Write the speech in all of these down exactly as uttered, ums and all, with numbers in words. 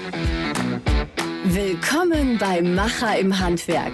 Willkommen bei Macher im Handwerk,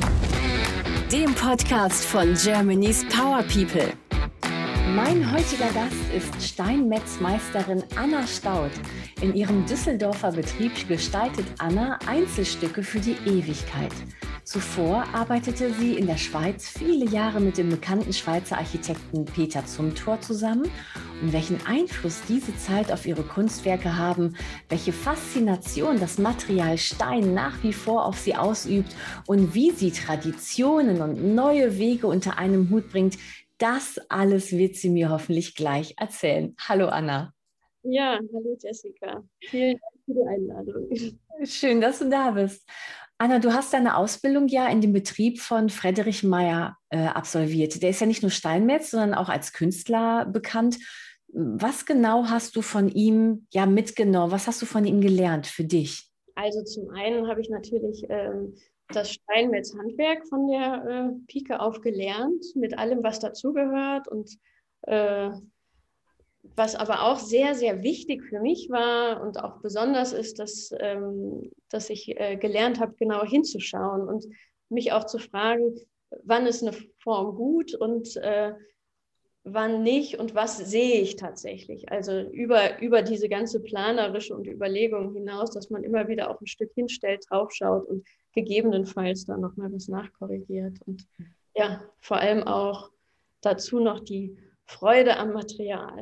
dem Podcast von Germany's Power People. Mein heutiger Gast ist Steinmetzmeisterin Anna Staudt. In ihrem Düsseldorfer Betrieb gestaltet Anna Einzelstücke für die Ewigkeit. Zuvor arbeitete sie in der Schweiz viele Jahre mit dem bekannten Schweizer Architekten Peter Zumthor zusammen. Und welchen Einfluss diese Zeit auf ihre Kunstwerke haben, welche Faszination das Material Stein nach wie vor auf sie ausübt und wie sie Traditionen und neue Wege unter einem Hut bringt, das alles wird sie mir hoffentlich gleich erzählen. Hallo Anna. Ja, hallo Jessica. Vielen Dank für die Einladung. Schön, dass du da bist. Anna, du hast deine Ausbildung ja in dem Betrieb von Friedrich Meyer äh, absolviert. Der ist ja nicht nur Steinmetz, sondern auch als Künstler bekannt. Was genau hast du von ihm ja mitgenommen? Was hast du von ihm gelernt für dich? Also zum einen habe ich natürlich ähm, das Steinmetz-Handwerk von der äh, Pike auf gelernt, mit allem, was dazugehört. Und äh, was aber auch sehr, sehr wichtig für mich war und auch besonders ist, dass, ähm, dass ich äh, gelernt habe, genau hinzuschauen und mich auch zu fragen, wann ist eine Form gut und äh, wann nicht und was sehe ich tatsächlich. Also über, über diese ganze planerische und Überlegung hinaus, dass man immer wieder auch ein Stück hinstellt, draufschaut und gegebenenfalls dann nochmal was nachkorrigiert. Und ja, vor allem auch dazu noch die Freude am Material.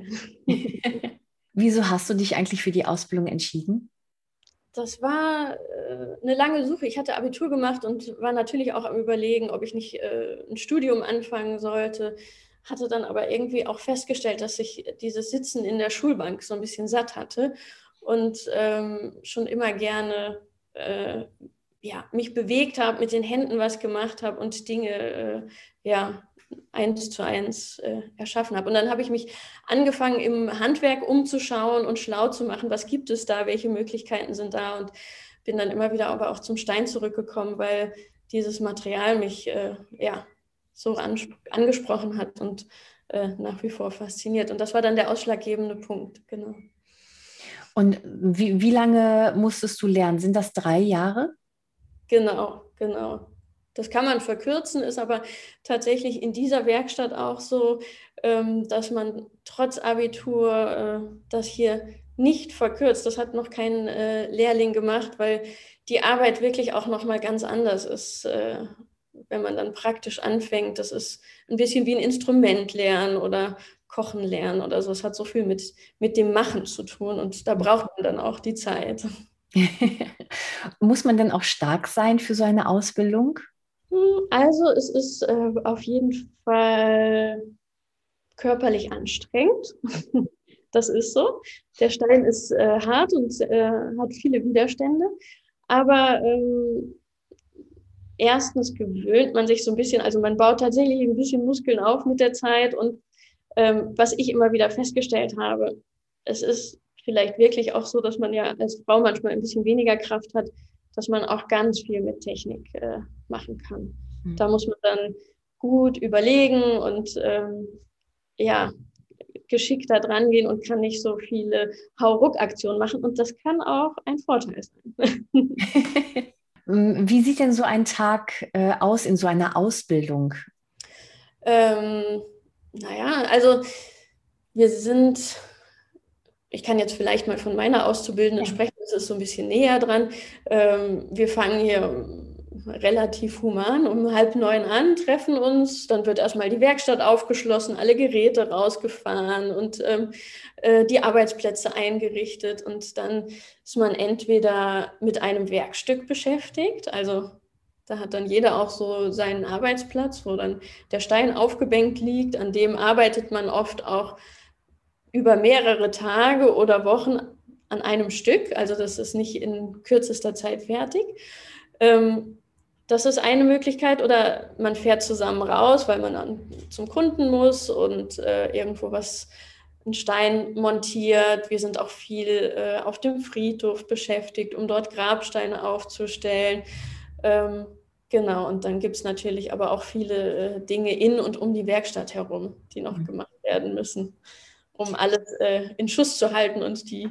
Wieso hast du dich eigentlich für die Ausbildung entschieden? Das war äh, eine lange Suche. Ich hatte Abitur gemacht und war natürlich auch am Überlegen, ob ich nicht äh, ein Studium anfangen sollte. Hatte dann aber irgendwie auch festgestellt, dass ich dieses Sitzen in der Schulbank so ein bisschen satt hatte und ähm, schon immer gerne äh, ja, mich bewegt habe, mit den Händen was gemacht habe und Dinge äh, ja, eins zu eins äh, erschaffen habe. Und dann habe ich mich angefangen, im Handwerk umzuschauen und schlau zu machen, was gibt es da, welche Möglichkeiten sind da und bin dann immer wieder aber auch zum Stein zurückgekommen, weil dieses Material mich äh, ja, so angesprochen hat und äh, nach wie vor fasziniert. Und das war dann der ausschlaggebende Punkt, genau. Und wie, wie lange musstest du lernen? Sind das drei Jahre? Genau, genau. Das kann man verkürzen, ist aber tatsächlich in dieser Werkstatt auch so, ähm, dass man trotz Abitur äh, das hier nicht verkürzt. Das hat noch kein äh, Lehrling gemacht, weil die Arbeit wirklich auch nochmal ganz anders ist, äh, wenn man dann praktisch anfängt. Das ist ein bisschen wie ein Instrument lernen oder Kochen lernen oder so. Es hat so viel mit, mit dem Machen zu tun und da braucht man dann auch die Zeit. Muss man denn auch stark sein für so eine Ausbildung? Also es ist äh, auf jeden Fall körperlich anstrengend. Das ist so. Der Stein ist äh, hart und äh, hat viele Widerstände. Aber ähm, erstens gewöhnt man sich so ein bisschen, also man baut tatsächlich ein bisschen Muskeln auf mit der Zeit. Und ähm, was ich immer wieder festgestellt habe, es ist vielleicht wirklich auch so, dass man ja als Frau manchmal ein bisschen weniger Kraft hat, dass man auch ganz viel mit Technik äh, machen kann. Mhm. Da muss man dann gut überlegen und ähm, ja, geschickt da dran gehen und kann nicht so viele Hauruck-Aktionen machen. Und das kann auch ein Vorteil sein. Wie sieht denn so ein Tag äh, aus in so einer Ausbildung? Ähm, naja, also wir sind, ich kann jetzt vielleicht mal von meiner Auszubildenden sprechen, das ist so ein bisschen näher dran. Ähm, wir fangen hier relativ human um halb neun an, treffen uns, dann wird erstmal die Werkstatt aufgeschlossen, alle Geräte rausgefahren und ähm, äh, die Arbeitsplätze eingerichtet und dann ist man entweder mit einem Werkstück beschäftigt, also da hat dann jeder auch so seinen Arbeitsplatz, wo dann der Stein aufgebänkt liegt, an dem arbeitet man oft auch über mehrere Tage oder Wochen an einem Stück, also das ist nicht in kürzester Zeit fertig. Ähm, Das ist eine Möglichkeit, oder man fährt zusammen raus, weil man dann zum Kunden muss und äh, irgendwo was, einen Stein montiert. Wir sind auch viel äh, auf dem Friedhof beschäftigt, um dort Grabsteine aufzustellen. Ähm, genau, und dann gibt es natürlich aber auch viele äh, Dinge in und um die Werkstatt herum, die noch gemacht werden müssen, um alles äh, in Schuss zu halten und die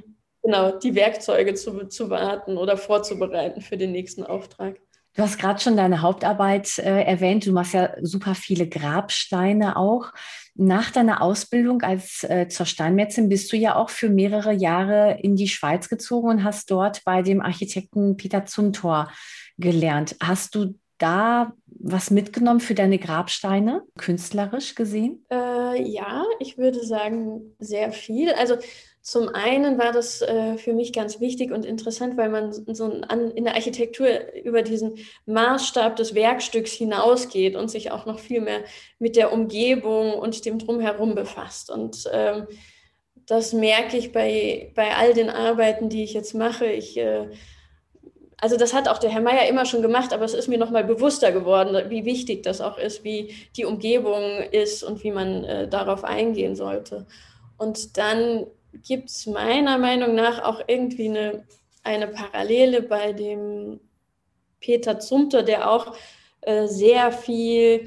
genau, die Werkzeuge zu, zu warten oder vorzubereiten für den nächsten Auftrag. Du hast gerade schon deine Hauptarbeit äh, erwähnt. Du machst ja super viele Grabsteine auch. Nach deiner Ausbildung als äh, zur Steinmetzin bist du ja auch für mehrere Jahre in die Schweiz gezogen und hast dort bei dem Architekten Peter Zumthor gelernt. Hast du da was mitgenommen für deine Grabsteine, künstlerisch gesehen? Äh, ja, ich würde sagen, sehr viel. Also zum einen war das äh, für mich ganz wichtig und interessant, weil man so an, in der Architektur über diesen Maßstab des Werkstücks hinausgeht und sich auch noch viel mehr mit der Umgebung und dem Drumherum befasst. Und ähm, das merke ich bei, bei all den Arbeiten, die ich jetzt mache. Ich äh, Also das hat auch der Herr Meier immer schon gemacht, aber es ist mir noch mal bewusster geworden, wie wichtig das auch ist, wie die Umgebung ist und wie man äh, darauf eingehen sollte. Und dann gibt es meiner Meinung nach auch irgendwie eine, eine Parallele bei dem Peter Zumthor, der auch äh, sehr viel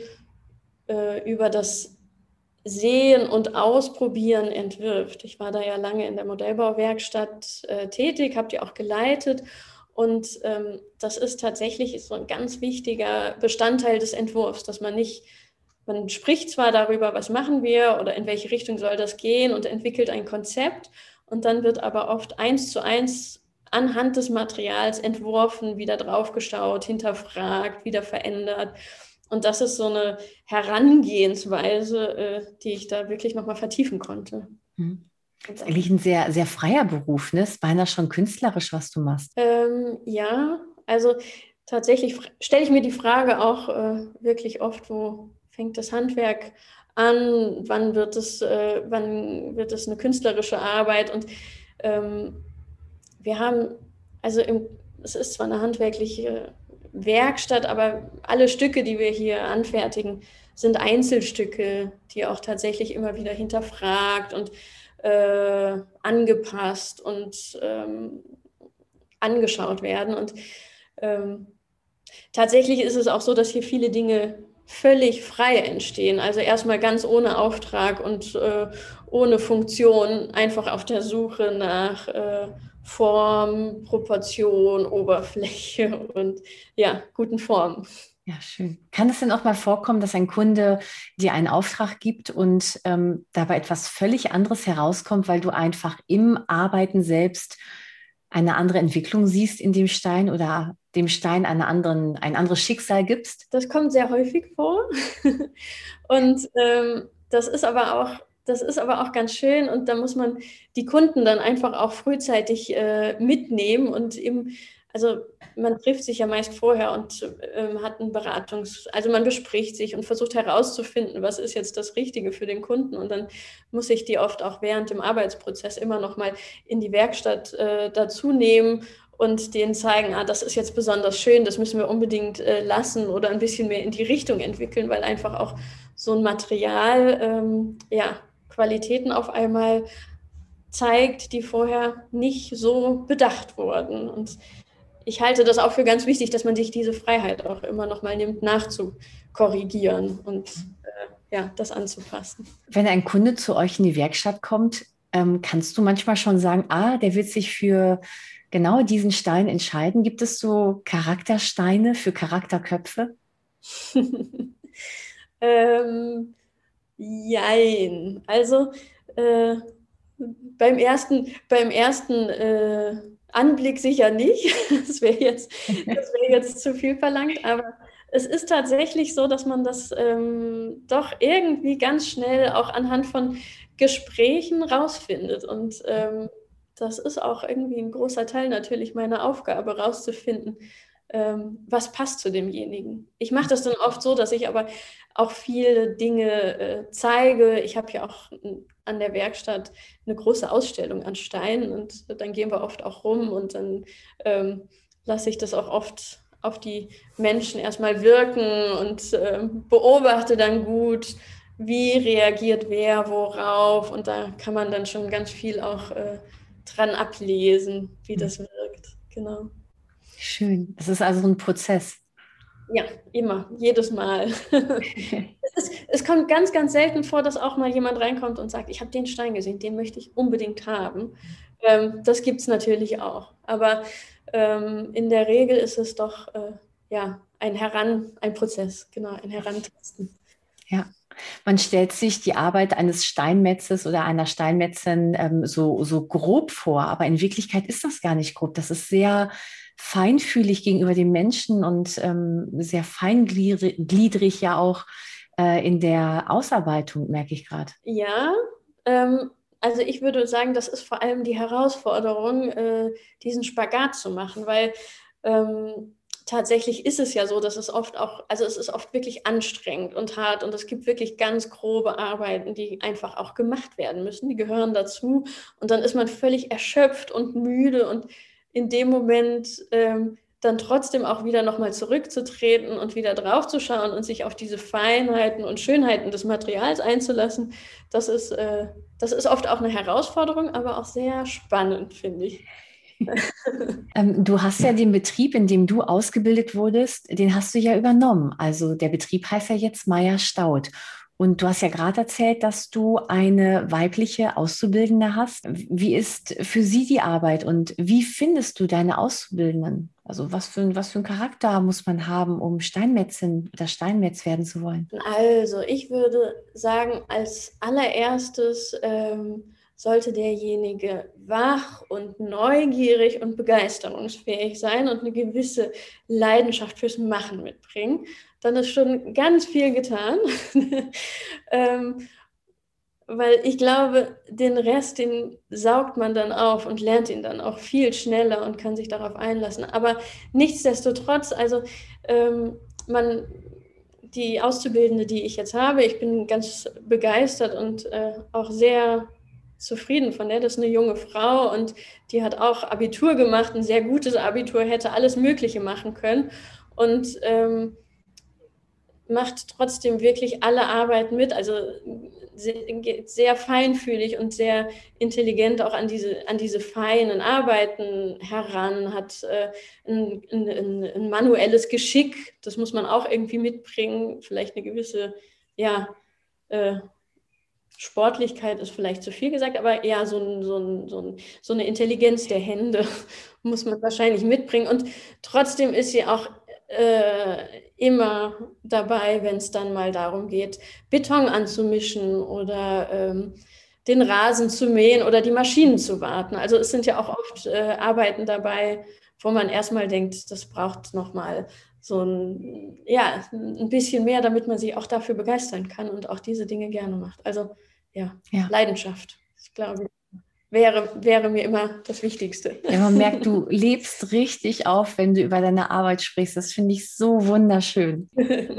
äh, über das Sehen und Ausprobieren entwirft. Ich war da ja lange in der Modellbauwerkstatt äh, tätig, habe die auch geleitet. Und ähm, das ist tatsächlich so ein ganz wichtiger Bestandteil des Entwurfs, dass man nicht, man spricht zwar darüber, was machen wir oder in welche Richtung soll das gehen und entwickelt ein Konzept und dann wird aber oft eins zu eins anhand des Materials entworfen, wieder draufgeschaut, hinterfragt, wieder verändert. Und das ist so eine Herangehensweise, äh, die ich da wirklich nochmal vertiefen konnte. Hm. Das ist eigentlich ein sehr, sehr freier Beruf, ne? Ist beinahe schon künstlerisch, was du machst. Ähm, ja, also tatsächlich stelle ich mir die Frage auch äh, wirklich oft, wo fängt das Handwerk an, wann wird es, äh, wann wird es eine künstlerische Arbeit? Und ähm, wir haben, also im, es ist zwar eine handwerkliche Werkstatt, aber alle Stücke, die wir hier anfertigen, sind Einzelstücke, die auch tatsächlich immer wieder hinterfragt und äh, angepasst und ähm, angeschaut werden. Und ähm, tatsächlich ist es auch so, dass hier viele Dinge völlig frei entstehen. Also erstmal ganz ohne Auftrag und äh, ohne Funktion, einfach auf der Suche nach äh, Form, Proportion, Oberfläche und ja, guten Formen. Ja, schön. Kann es denn auch mal vorkommen, dass ein Kunde dir einen Auftrag gibt und ähm, dabei etwas völlig anderes herauskommt, weil du einfach im Arbeiten selbst eine andere Entwicklung siehst in dem Stein oder dem Stein eine anderen, ein anderes Schicksal gibst? Das kommt sehr häufig vor. Und ähm, das ist aber auch, das ist aber auch ganz schön und da muss man die Kunden dann einfach auch frühzeitig äh, mitnehmen und eben, also man trifft sich ja meist vorher und ähm, hat einen Beratungs-, also man bespricht sich und versucht herauszufinden, was ist jetzt das Richtige für den Kunden und dann muss ich die oft auch während dem Arbeitsprozess immer noch mal in die Werkstatt äh, dazu nehmen und denen zeigen, ah, das ist jetzt besonders schön, das müssen wir unbedingt äh, lassen oder ein bisschen mehr in die Richtung entwickeln, weil einfach auch so ein Material ähm, ja, Qualitäten auf einmal zeigt, die vorher nicht so bedacht wurden. Und ich halte das auch für ganz wichtig, dass man sich diese Freiheit auch immer noch mal nimmt, nachzukorrigieren und äh, ja, das anzupassen. Wenn ein Kunde zu euch in die Werkstatt kommt, ähm, kannst du manchmal schon sagen, ah, der wird sich für genau diesen Stein entscheiden. Gibt es so Charaktersteine für Charakterköpfe? ähm, jein. Also äh, beim ersten, beim ersten äh, Anblick sicher nicht. Das wäre jetzt, das wär jetzt zu viel verlangt, aber es ist tatsächlich so, dass man das ähm, doch irgendwie ganz schnell auch anhand von Gesprächen rausfindet. Und ähm, das ist auch irgendwie ein großer Teil natürlich meiner Aufgabe, rauszufinden, ähm, was passt zu demjenigen. Ich mache das dann oft so, dass ich aber auch viele Dinge äh, zeige. Ich habe ja auch an der Werkstatt eine große Ausstellung an Steinen und dann gehen wir oft auch rum und dann ähm, lasse ich das auch oft auf die Menschen erstmal wirken und ähm, beobachte dann gut, wie reagiert wer worauf und da kann man dann schon ganz viel auch äh, dran ablesen, wie das wirkt. Genau. Schön. Das ist also ein Prozess. Ja, immer, jedes Mal. Es ist, es kommt ganz, ganz selten vor, dass auch mal jemand reinkommt und sagt, ich habe den Stein gesehen, den möchte ich unbedingt haben. Ähm, das gibt es natürlich auch. Aber ähm, in der Regel ist es doch äh, ja, ein Heran, ein Prozess, genau, ein Herantasten. Ja. Man stellt sich die Arbeit eines Steinmetzes oder einer Steinmetzin ähm, so, so grob vor, aber in Wirklichkeit ist das gar nicht grob. Das ist sehr feinfühlig gegenüber dem Menschen und ähm, sehr feingliedrig ja auch äh, in der Ausarbeitung, merke ich gerade. Ja, ähm, also ich würde sagen, das ist vor allem die Herausforderung, äh, diesen Spagat zu machen, weil ähm, tatsächlich ist es ja so, dass es oft auch, also es ist oft wirklich anstrengend und hart und es gibt wirklich ganz grobe Arbeiten, die einfach auch gemacht werden müssen, die gehören dazu und dann ist man völlig erschöpft und müde und in dem Moment ähm, dann trotzdem auch wieder nochmal zurückzutreten und wieder draufzuschauen und sich auf diese Feinheiten und Schönheiten des Materials einzulassen, das ist, äh, das ist oft auch eine Herausforderung, aber auch sehr spannend, finde ich. Ähm, du hast ja den Betrieb, in dem du ausgebildet wurdest, den hast du ja übernommen. Also der Betrieb heißt ja jetzt Meyer Staud. Und du hast ja gerade erzählt, dass du eine weibliche Auszubildende hast. Wie ist für sie die Arbeit und wie findest du deine Auszubildenden? Also was für, was für einen Charakter muss man haben, um Steinmetzin oder Steinmetz werden zu wollen? Also ich würde sagen, als allererstes ähm, sollte derjenige wach und neugierig und begeisterungsfähig sein und eine gewisse Leidenschaft fürs Machen mitbringen. Dann ist schon ganz viel getan. ähm, weil ich glaube, den Rest, den saugt man dann auf und lernt ihn dann auch viel schneller und kann sich darauf einlassen. Aber nichtsdestotrotz, also ähm, man, die Auszubildende, die ich jetzt habe, ich bin ganz begeistert und äh, auch sehr zufrieden von der. Das ist eine junge Frau und die hat auch Abitur gemacht, ein sehr gutes Abitur, hätte alles Mögliche machen können und ähm, macht trotzdem wirklich alle Arbeit mit, also geht sehr feinfühlig und sehr intelligent auch an diese, an diese feinen Arbeiten heran, hat äh, ein, ein, ein manuelles Geschick, das muss man auch irgendwie mitbringen, vielleicht eine gewisse, ja, äh, Sportlichkeit ist vielleicht zu viel gesagt, aber ja, so, ein, so, ein, so, ein, so eine Intelligenz der Hände muss man wahrscheinlich mitbringen. Und trotzdem ist sie auch äh, immer dabei, wenn es dann mal darum geht, Beton anzumischen oder ähm, den Rasen zu mähen oder die Maschinen zu warten. Also es sind ja auch oft äh, Arbeiten dabei, wo man erstmal denkt, das braucht nochmal so ein, ja, ein bisschen mehr, damit man sich auch dafür begeistern kann und auch diese Dinge gerne macht. Also ja, ja. Leidenschaft, ich glaube, wäre, wäre mir immer das Wichtigste. Ja, man merkt, du lebst richtig auf, wenn du über deine Arbeit sprichst. Das finde ich so wunderschön.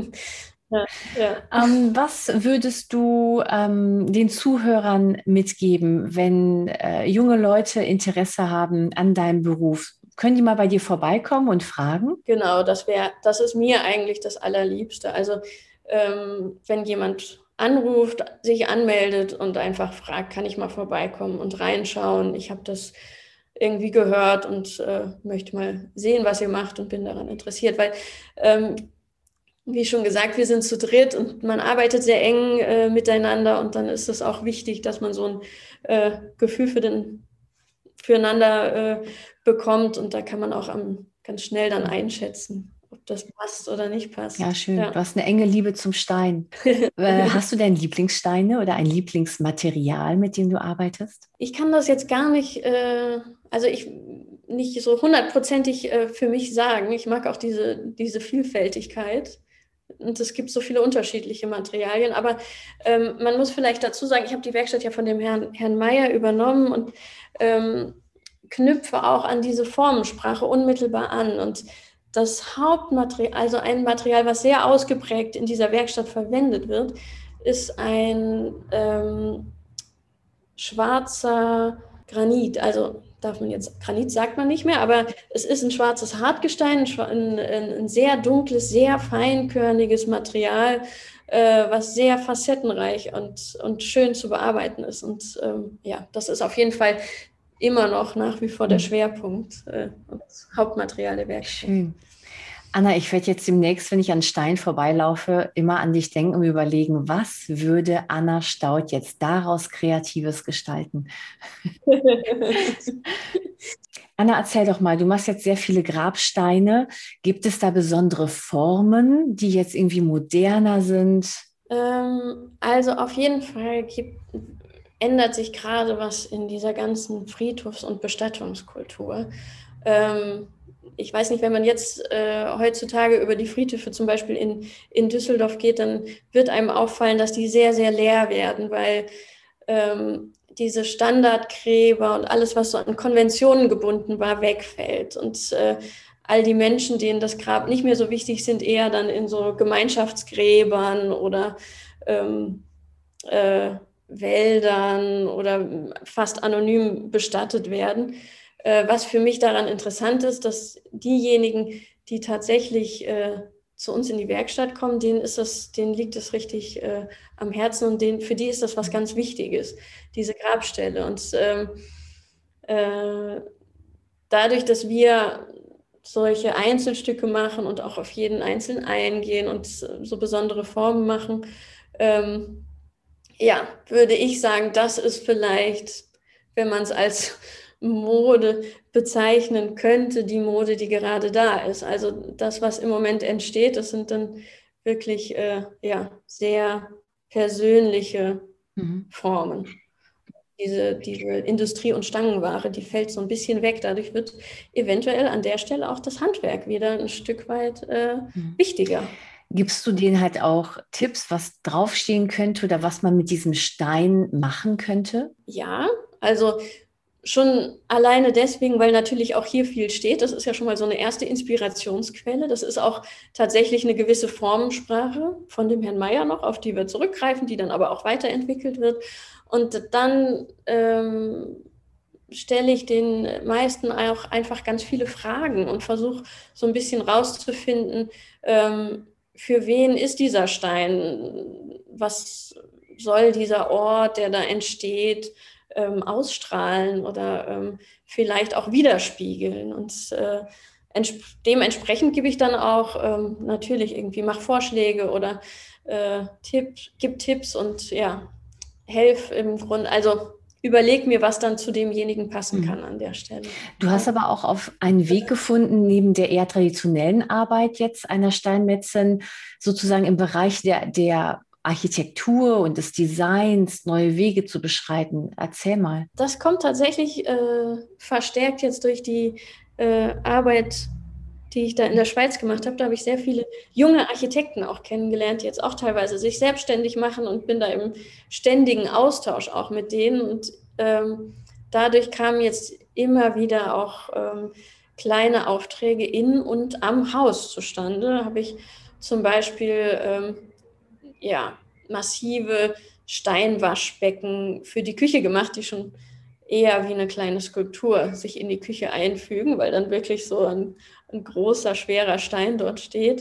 Ja, ja. Ähm, was würdest du ähm, den Zuhörern mitgeben, wenn äh, junge Leute Interesse haben an deinem Beruf? Können die mal bei dir vorbeikommen und fragen? Genau, das wäre, das ist mir eigentlich das Allerliebste. Also ähm, wenn jemand anruft, sich anmeldet und einfach fragt, kann ich mal vorbeikommen und reinschauen. Ich habe das irgendwie gehört und äh, möchte mal sehen, was ihr macht und bin daran interessiert, weil ähm, wie schon gesagt, wir sind zu dritt und man arbeitet sehr eng äh, miteinander und dann ist es auch wichtig, dass man so ein äh, Gefühl für den, füreinander äh, bekommt und da kann man auch am, ganz schnell dann einschätzen, ob das passt oder nicht passt. Ja, schön. Ja. Du hast eine enge Liebe zum Stein. Hast du denn Lieblingssteine oder ein Lieblingsmaterial, mit dem du arbeitest? Ich kann das jetzt gar nicht, äh, also ich nicht so hundertprozentig äh, für mich sagen. Ich mag auch diese, diese Vielfältigkeit. Und es gibt so viele unterschiedliche Materialien, aber ähm, man muss vielleicht dazu sagen, ich habe die Werkstatt ja von dem Herrn, Herrn Meyer übernommen und ähm, knüpfe auch an diese Formensprache unmittelbar an. Und das Hauptmaterial, also ein Material, was sehr ausgeprägt in dieser Werkstatt verwendet wird, ist ein ähm, schwarzer Granit, also darf man jetzt, Granit sagt man nicht mehr, aber es ist ein schwarzes Hartgestein, ein, ein, ein sehr dunkles, sehr feinkörniges Material, äh, was sehr facettenreich und, und schön zu bearbeiten ist. Und ähm, ja, das ist auf jeden Fall immer noch nach wie vor der Schwerpunkt äh, und das Hauptmaterial der Werkstatt. Schön. Anna, ich werde jetzt demnächst, wenn ich an Stein vorbeilaufe, immer an dich denken und mir überlegen, was würde Anna Staudt jetzt daraus Kreatives gestalten? Anna, erzähl doch mal, du machst jetzt sehr viele Grabsteine. Gibt es da besondere Formen, die jetzt irgendwie moderner sind? Ähm, also auf jeden Fall gibt, ändert sich gerade was in dieser ganzen Friedhofs- und Bestattungskultur. Ähm, ich weiß nicht, wenn man jetzt äh, heutzutage über die Friedhöfe zum Beispiel in, in Düsseldorf geht, dann wird einem auffallen, dass die sehr, sehr leer werden, weil ähm, diese Standardgräber und alles, was so an Konventionen gebunden war, wegfällt. Und äh, all die Menschen, denen das Grab nicht mehr so wichtig sind, eher dann in so Gemeinschaftsgräbern oder ähm, äh, Wäldern oder fast anonym bestattet werden. Äh, was für mich daran interessant ist, dass diejenigen, die tatsächlich äh, zu uns in die Werkstatt kommen, denen ist das, denen liegt das richtig äh, am Herzen und denen, für die ist das was ganz Wichtiges, diese Grabstelle. Und ähm, äh, dadurch, dass wir solche Einzelstücke machen und auch auf jeden Einzelnen eingehen und so besondere Formen machen, ähm, ja, würde ich sagen, das ist vielleicht, wenn man es als Mode bezeichnen könnte, die Mode, die gerade da ist. Also das, was im Moment entsteht, das sind dann wirklich äh, ja, sehr persönliche Mhm. Formen. Diese, diese Industrie- und Stangenware, die fällt so ein bisschen weg. Dadurch wird eventuell an der Stelle auch das Handwerk wieder ein Stück weit äh, Mhm. wichtiger. Gibst du denen halt auch Tipps, was draufstehen könnte oder was man mit diesem Stein machen könnte? Ja, also schon alleine deswegen, weil natürlich auch hier viel steht. Das ist ja schon mal so eine erste Inspirationsquelle. Das ist auch tatsächlich eine gewisse Formensprache von dem Herrn Meyer noch, auf die wir zurückgreifen, die dann aber auch weiterentwickelt wird. Und dann ähm, stelle ich den meisten auch einfach ganz viele Fragen und versuche so ein bisschen rauszufinden, ähm, für wen ist dieser Stein? Was soll dieser Ort, der da entsteht, ähm, ausstrahlen oder ähm, vielleicht auch widerspiegeln? Und äh, dementsprechend gebe ich dann auch ähm, natürlich irgendwie, mach Vorschläge oder äh, Tipp, gib Tipps und ja, helf im Grunde, also überleg mir, was dann zu demjenigen passen Mhm. kann an der Stelle. Du hast aber auch auf einen Weg gefunden, neben der eher traditionellen Arbeit jetzt einer Steinmetzin, sozusagen im Bereich der, der Architektur und des Designs neue Wege zu beschreiten. Erzähl mal. Das kommt tatsächlich äh, verstärkt jetzt durch die äh, Arbeit, die ich da in der Schweiz gemacht habe. Da habe ich sehr viele junge Architekten auch kennengelernt, die jetzt auch teilweise sich selbstständig machen und bin da im ständigen Austausch auch mit denen. Und ähm, dadurch kamen jetzt immer wieder auch ähm, kleine Aufträge in und am Haus zustande. Da habe ich zum Beispiel ähm, ja, massive Steinwaschbecken für die Küche gemacht, die schon eher wie eine kleine Skulptur sich in die Küche einfügen, weil dann wirklich so ein, ein großer, schwerer Stein dort steht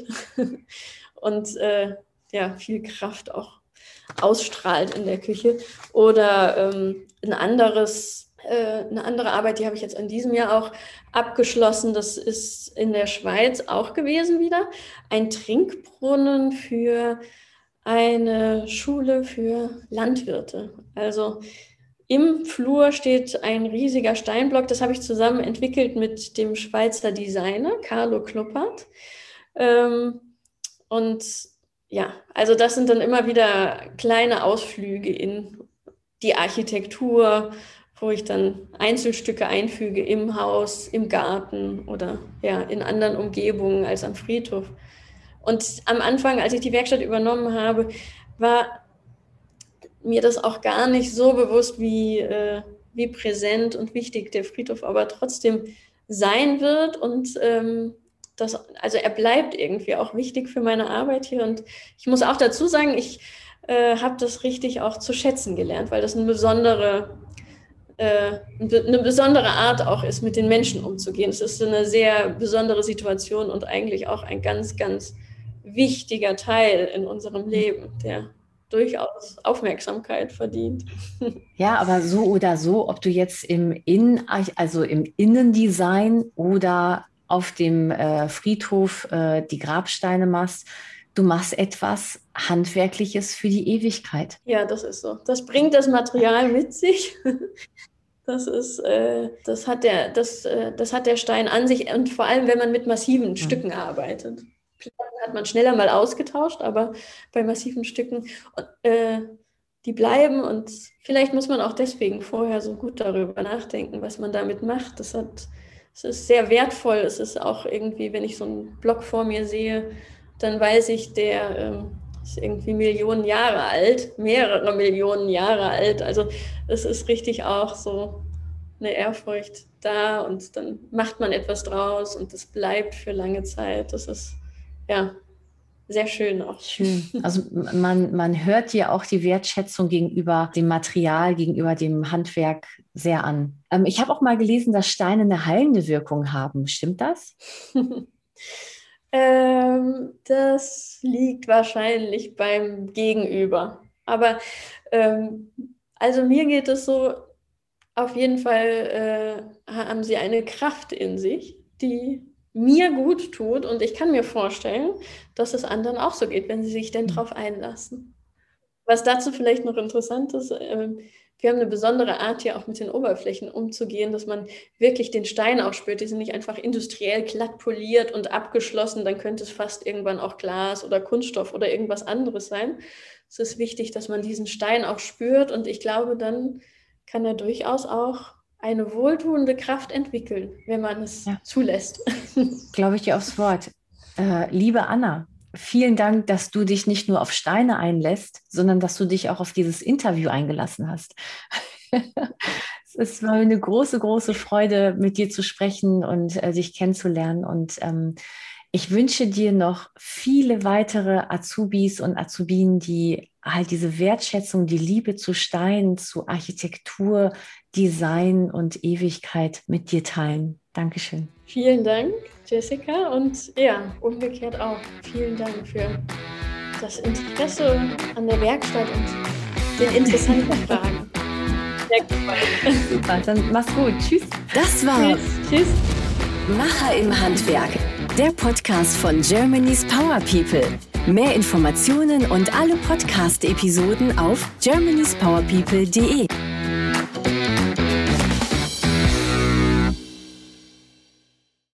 und äh, ja, viel Kraft auch ausstrahlt in der Küche. Oder ähm, ein anderes, äh, eine andere Arbeit, die habe ich jetzt in diesem Jahr auch abgeschlossen. Das ist in der Schweiz auch gewesen wieder. Ein Trinkbrunnen für eine Schule für Landwirte. Also im Flur steht ein riesiger Steinblock, das habe ich zusammen entwickelt mit dem Schweizer Designer Carlo Kluppert. Ähm, und ja, also das sind dann immer wieder kleine Ausflüge in die Architektur, wo ich dann Einzelstücke einfüge im Haus, im Garten oder ja, in anderen Umgebungen als am Friedhof. Und am Anfang, als ich die Werkstatt übernommen habe, war mir das auch gar nicht so bewusst, wie, äh, wie präsent und wichtig der Friedhof aber trotzdem sein wird. Und ähm, das, also er bleibt irgendwie auch wichtig für meine Arbeit hier. Und ich muss auch dazu sagen, ich äh, habe das richtig auch zu schätzen gelernt, weil das eine besondere, äh, eine besondere Art auch ist, mit den Menschen umzugehen. Es ist eine sehr besondere Situation und eigentlich auch ein ganz, ganz wichtiger Teil in unserem Leben, der durchaus Aufmerksamkeit verdient. Ja, aber so oder so, ob du jetzt im Innen, also im Innendesign oder auf dem äh, Friedhof äh, die Grabsteine machst. Du machst etwas Handwerkliches für die Ewigkeit. Ja, das ist so. Das bringt das Material mit sich. Das ist, äh, das hat der, das, äh, das hat der Stein an sich, und vor allem, wenn man mit massiven mhm. Stücken arbeitet. Platten hat man schneller mal ausgetauscht, aber bei massiven Stücken, äh, die bleiben, und vielleicht muss man auch deswegen vorher so gut darüber nachdenken, was man damit macht. Das hat, es ist sehr wertvoll. Es ist auch irgendwie, wenn ich so einen Block vor mir sehe, dann weiß ich, der ähm, ist irgendwie Millionen Jahre alt, mehrere Millionen Jahre alt. Also es ist richtig auch so eine Ehrfurcht da, und dann macht man etwas draus und es bleibt für lange Zeit. Das ist, ja, sehr schön auch. Schön. Also man, man hört dir auch die Wertschätzung gegenüber dem Material, gegenüber dem Handwerk sehr an. Ähm, ich habe auch mal gelesen, dass Steine eine heilende Wirkung haben. Stimmt das? ähm, das liegt wahrscheinlich beim Gegenüber. Aber ähm, also mir geht es so, auf jeden Fall äh, haben sie eine Kraft in sich, die mir gut tut, und ich kann mir vorstellen, dass es anderen auch so geht, wenn sie sich denn drauf einlassen. Was dazu vielleicht noch interessant ist, äh, wir haben eine besondere Art, hier auch mit den Oberflächen umzugehen, dass man wirklich den Stein auch spürt. Die sind nicht einfach industriell glatt poliert und abgeschlossen, dann könnte es fast irgendwann auch Glas oder Kunststoff oder irgendwas anderes sein. Es ist wichtig, dass man diesen Stein auch spürt, und ich glaube, dann kann er durchaus auch eine wohltuende Kraft entwickeln, wenn man es ja. zulässt. Glaube ich dir aufs Wort. Äh, liebe Anna, vielen Dank, dass du dich nicht nur auf Steine einlässt, sondern dass du dich auch auf dieses Interview eingelassen hast. Es war eine große, große Freude, mit dir zu sprechen und äh, dich kennenzulernen. Und ähm, ich wünsche dir noch viele weitere Azubis und Azubinen, die halt diese Wertschätzung, die Liebe zu Stein, zu Architektur, Design und Ewigkeit mit dir teilen. Dankeschön. Vielen Dank, Jessica, und ja, umgekehrt auch. Vielen Dank für das Interesse an der Werkstatt und den interessanten Fragen. Sehr gefallen. Super, dann mach's gut. Tschüss. Das war Tschüss. Tschüss. Macher im Handwerk, der Podcast von Germany's Power People. Mehr Informationen und alle Podcast-Episoden auf germanys power people punkt de.